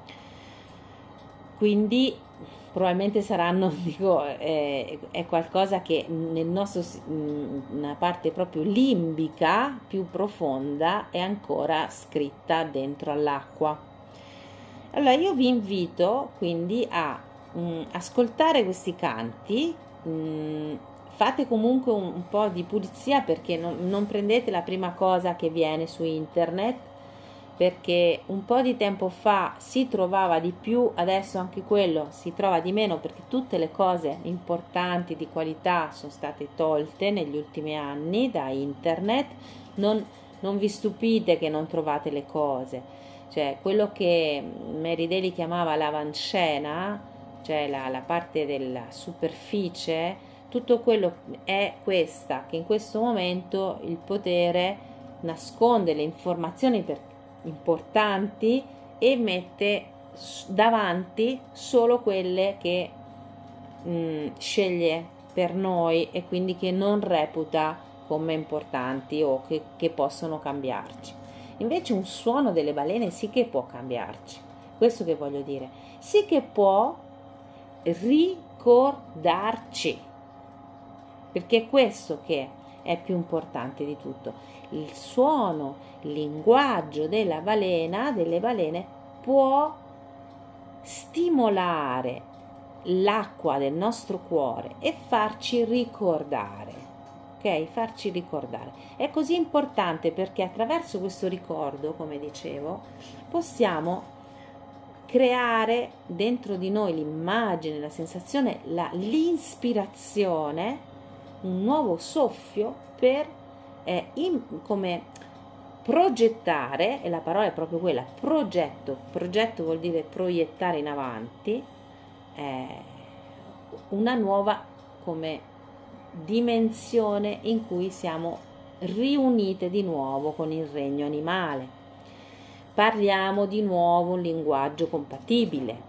Quindi probabilmente saranno, dico, eh, è qualcosa che nel nostro, una parte proprio limbica, più profonda, è ancora scritta dentro all'acqua. Allora io vi invito quindi a mh, ascoltare questi canti, mh, fate comunque un, un po' di pulizia, perché non, non prendete la prima cosa che viene su internet, perché un po' di tempo fa si trovava di più, adesso anche quello si trova di meno, perché tutte le cose importanti di qualità sono state tolte negli ultimi anni da internet. Non, non vi stupite che non trovate le cose, cioè quello che Mary Daly chiamava l'avanscena, cioè la, la parte della superficie, tutto quello è questa, che in questo momento il potere nasconde le informazioni per importanti e mette davanti solo quelle che mh, sceglie per noi e quindi che non reputa come importanti o che, che possono cambiarci. Invece un suono delle balene sì che può cambiarci, questo che voglio dire, sì che può ricordarci, perché è questo che è più importante di tutto. Il suono, il linguaggio della balena, delle balene, può stimolare l'acqua del nostro cuore e farci ricordare, ok? Farci ricordare. È così importante perché attraverso questo ricordo, come dicevo, possiamo creare dentro di noi l'immagine, la sensazione, la, l'ispirazione, un nuovo soffio per eh, in, come progettare, e la parola è proprio quella, progetto, progetto vuol dire proiettare in avanti, eh, una nuova come dimensione in cui siamo riunite di nuovo con il regno animale. Parliamo di nuovo un linguaggio compatibile.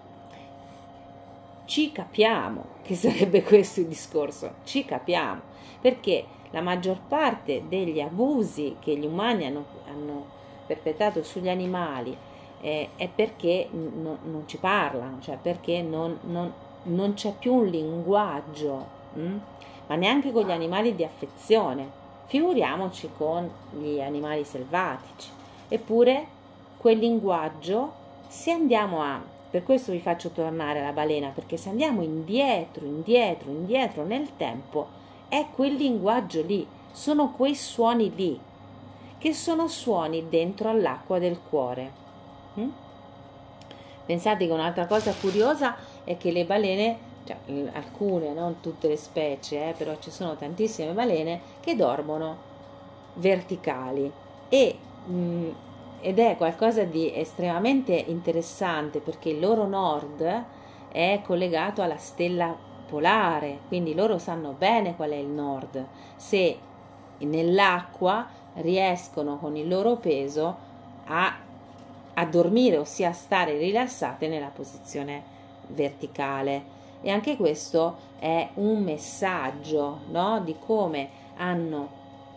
Ci capiamo, che sarebbe questo il discorso, ci capiamo, perché la maggior parte degli abusi che gli umani hanno, hanno perpetrato sugli animali eh, è perché n- non ci parlano, cioè perché non, non, non c'è più un linguaggio, hm? Ma neanche con gli animali di affezione, figuriamoci con gli animali selvatici. Eppure quel linguaggio, se andiamo a, per questo vi faccio tornare alla balena, perché se andiamo indietro, indietro, indietro nel tempo, è quel linguaggio lì, sono quei suoni lì, che sono suoni dentro all'acqua del cuore. Hm? Pensate che un'altra cosa curiosa è che le balene, cioè alcune, non tutte le specie, eh, però ci sono tantissime balene che dormono verticali e mh, ed è qualcosa di estremamente interessante, perché il loro nord è collegato alla stella polare, quindi loro sanno bene qual è il nord. Se nell'acqua riescono con il loro peso a, a dormire, ossia a stare rilassate nella posizione verticale. E anche questo è un messaggio, no? Di come hanno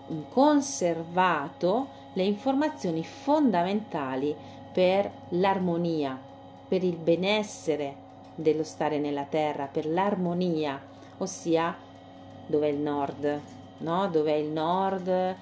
conservato le informazioni fondamentali per l'armonia, per il benessere dello stare nella terra, per l'armonia, ossia dov'è il nord, no? Dov'è il nord?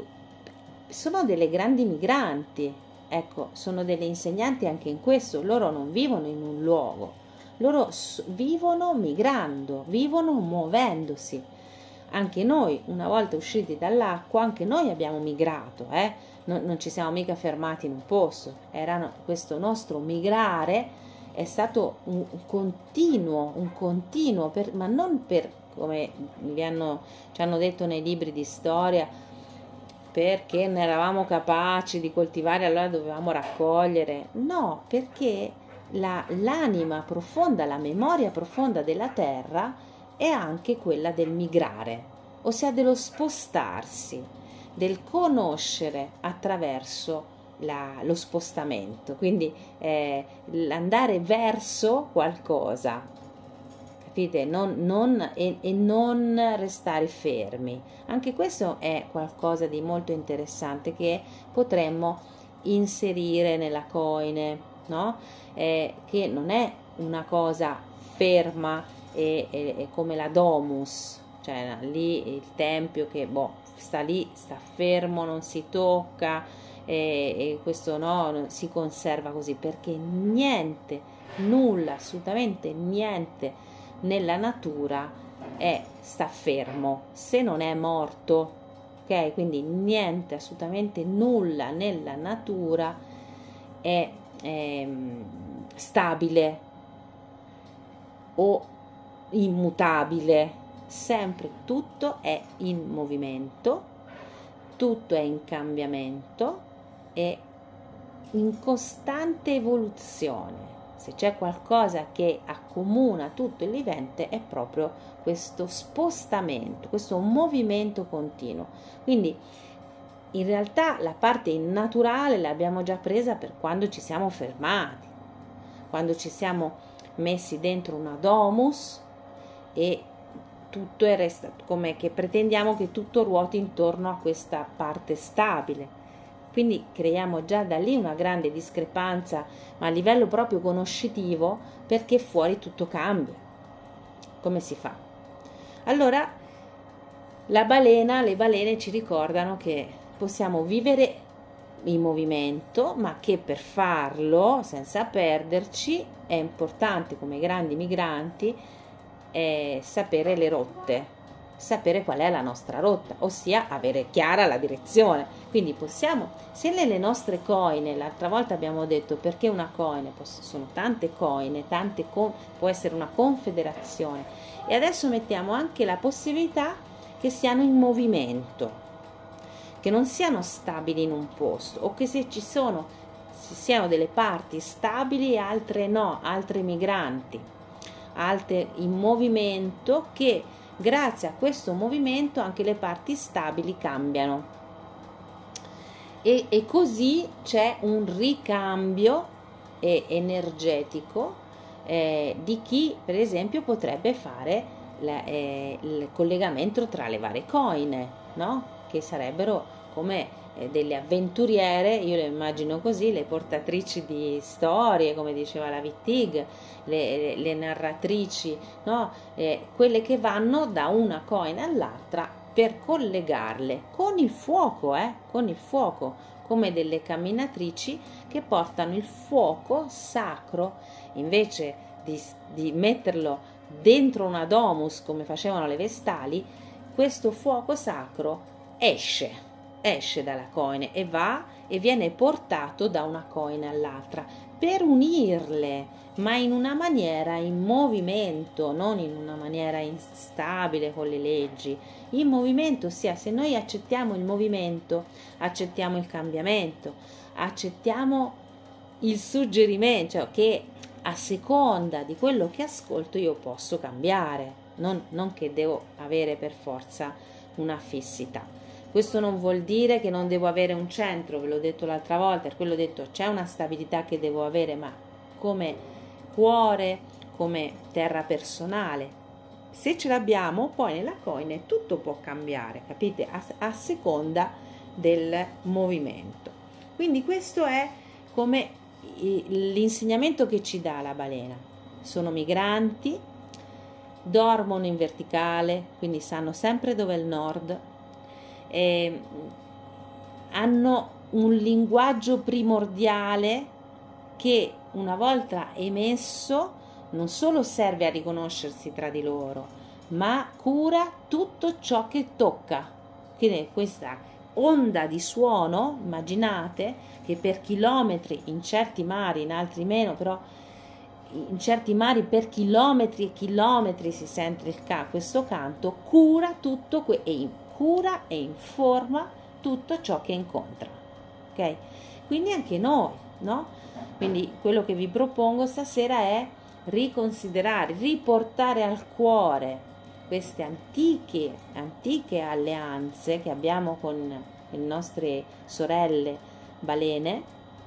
Sono delle grandi migranti, ecco, sono delle insegnanti anche in questo, loro non vivono in un luogo, loro vivono migrando, vivono muovendosi. Anche noi, una volta usciti dall'acqua, anche noi abbiamo migrato, eh? non, non ci siamo mica fermati in un posto, era questo nostro migrare è stato un, un continuo, un continuo, per, ma non per, come vi hanno, ci hanno detto nei libri di storia, perché non eravamo capaci di coltivare, allora dovevamo raccogliere, no, perché la, l'anima profonda, la memoria profonda della terra è anche quella del migrare, ossia dello spostarsi, del conoscere attraverso la, lo spostamento, quindi eh, l'andare verso qualcosa, capite? Non, non, e, e non restare fermi. Anche questo è qualcosa di molto interessante che potremmo inserire nella Koine, no? Eh, che non è una cosa ferma e, e, e come la domus, cioè lì il tempio che boh, sta lì, sta fermo, non si tocca e, e questo no, si conserva così, perché niente, nulla, assolutamente niente nella natura è, sta fermo, se non è morto, ok? Quindi niente, assolutamente nulla nella natura è, è stabile o immutabile, sempre tutto è in movimento, tutto è in cambiamento e in costante evoluzione. Se c'è qualcosa che accomuna tutto il vivente è proprio questo spostamento, questo movimento continuo. Quindi in realtà la parte naturale l'abbiamo già presa per quando ci siamo fermati, quando ci siamo messi dentro una domus e tutto è restato come che pretendiamo che tutto ruoti intorno a questa parte stabile. Quindi creiamo già da lì una grande discrepanza, ma a livello proprio conoscitivo, perché fuori tutto cambia. Come si fa? Allora, la balena, le balene ci ricordano che possiamo vivere in movimento, ma che per farlo, senza perderci, è importante come grandi migranti eh, sapere le rotte, sapere qual è la nostra rotta, ossia avere chiara la direzione. Quindi possiamo, se nelle nostre coine, l'altra volta abbiamo detto perché una coine, sono tante coine, tante con, può essere una confederazione, e adesso mettiamo anche la possibilità che siano in movimento, che non siano stabili in un posto, o che se ci sono, ci siano delle parti stabili e altre no, altre migranti, altre in movimento, che grazie a questo movimento anche le parti stabili cambiano, e, e così c'è un ricambio eh, energetico eh, di chi per esempio potrebbe fare la, eh, il collegamento tra le varie coine, no? Che sarebbero come eh, delle avventuriere, io le immagino così, le portatrici di storie, come diceva la Wittig, le, le, le narratrici, no? Eh, quelle che vanno da una coina all'altra per collegarle con il fuoco, eh? Con il fuoco, come delle camminatrici che portano il fuoco sacro, invece di, di metterlo dentro una domus come facevano le vestali, questo fuoco sacro esce, esce dalla coine e va e viene portato da una coina all'altra per unirle, ma in una maniera in movimento, non in una maniera instabile con le leggi, in movimento, ossia se noi accettiamo il movimento, accettiamo il cambiamento, accettiamo il suggerimento, cioè che a seconda di quello che ascolto io posso cambiare, non, non che devo avere per forza una fissità. Questo non vuol dire che non devo avere un centro, ve l'ho detto l'altra volta, per quello ho detto c'è una stabilità che devo avere, ma come cuore, come terra personale. Se ce l'abbiamo, poi nella coine tutto può cambiare, capite? A, a seconda del movimento. Quindi questo è come l'insegnamento che ci dà la balena. Sono migranti, dormono in verticale, quindi sanno sempre dove è il nord, e hanno un linguaggio primordiale che una volta emesso non solo serve a riconoscersi tra di loro, ma cura tutto ciò che tocca. Quindi questa onda di suono, immaginate che per chilometri, in certi mari, in altri meno, però in certi mari per chilometri e chilometri si sente il ca- questo canto, cura tutto que- e cura e informa tutto ciò che incontra. Ok? Quindi anche noi, no? Quindi quello che vi propongo stasera è riconsiderare, riportare al cuore queste antiche, antiche alleanze che abbiamo con le nostre sorelle balene,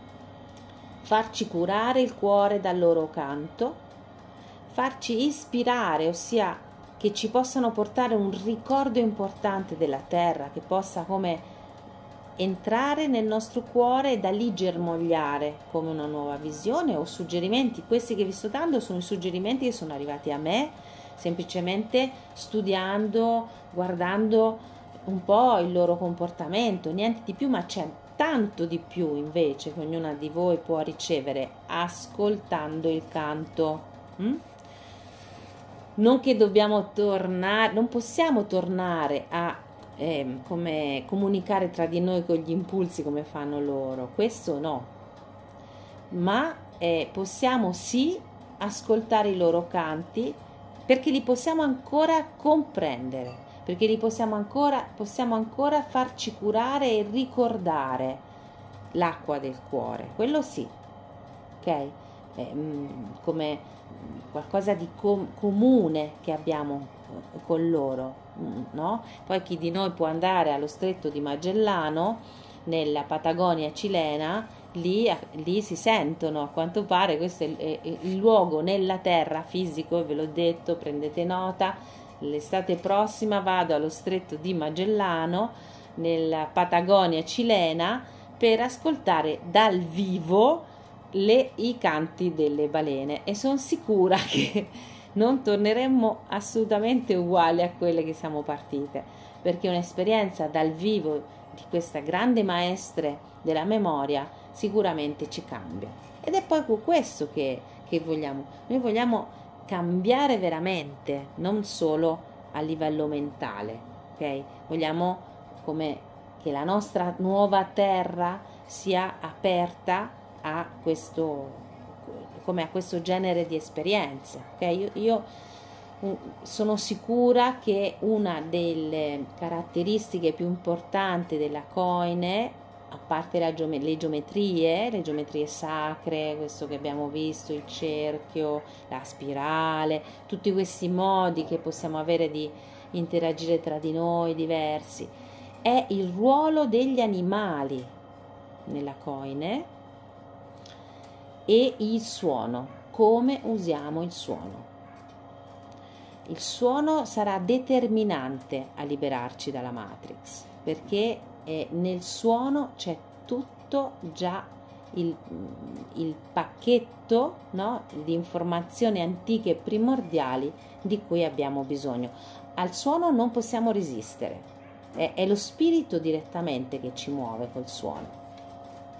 farci curare il cuore dal loro canto, farci ispirare, ossia che ci possano portare un ricordo importante della terra, che possa come entrare nel nostro cuore e da lì germogliare come una nuova visione o suggerimenti. Questi che vi sto dando sono i suggerimenti che sono arrivati a me semplicemente studiando, guardando un po' il loro comportamento, niente di più, ma c'è tanto di più invece che ognuna di voi può ricevere ascoltando il canto. Mm? Non che dobbiamo tornare, non possiamo tornare a eh, come comunicare tra di noi con gli impulsi come fanno loro, questo no, ma eh, possiamo sì ascoltare i loro canti perché li possiamo ancora comprendere, perché li possiamo ancora, possiamo ancora farci curare e ricordare l'acqua del cuore, quello sì, ok? Eh, come qualcosa di com- comune che abbiamo con loro, no? Poi chi di noi può andare allo stretto di Magellano, nella Patagonia cilena, lì, lì si sentono, a quanto pare questo è il, è il luogo nella terra fisico, ve l'ho detto, prendete nota, l'estate prossima vado allo stretto di Magellano, nella Patagonia cilena, per ascoltare dal vivo le, i canti delle balene, e sono sicura che non torneremmo assolutamente uguali a quelle che siamo partite, perché un'esperienza dal vivo di queste grandi maestre della memoria sicuramente ci cambia. Ed è proprio questo che, che vogliamo. Noi vogliamo cambiare veramente, non solo a livello mentale, ok? Vogliamo come che la nostra nuova terra sia aperta a questo, come a questo genere di esperienze, ok? Io, io sono sicura che una delle caratteristiche più importanti della Koine, a parte la geome- le geometrie, le geometrie sacre, questo che abbiamo visto, il cerchio, la spirale, tutti questi modi che possiamo avere di interagire tra di noi diversi, è il ruolo degli animali nella Koine e il suono, come usiamo il suono. Il suono sarà determinante a liberarci dalla Matrix, perché eh, nel suono c'è tutto già il, il pacchetto, no, di informazioni antiche e primordiali di cui abbiamo bisogno. Al suono non possiamo resistere, è, è lo spirito direttamente che ci muove col suono.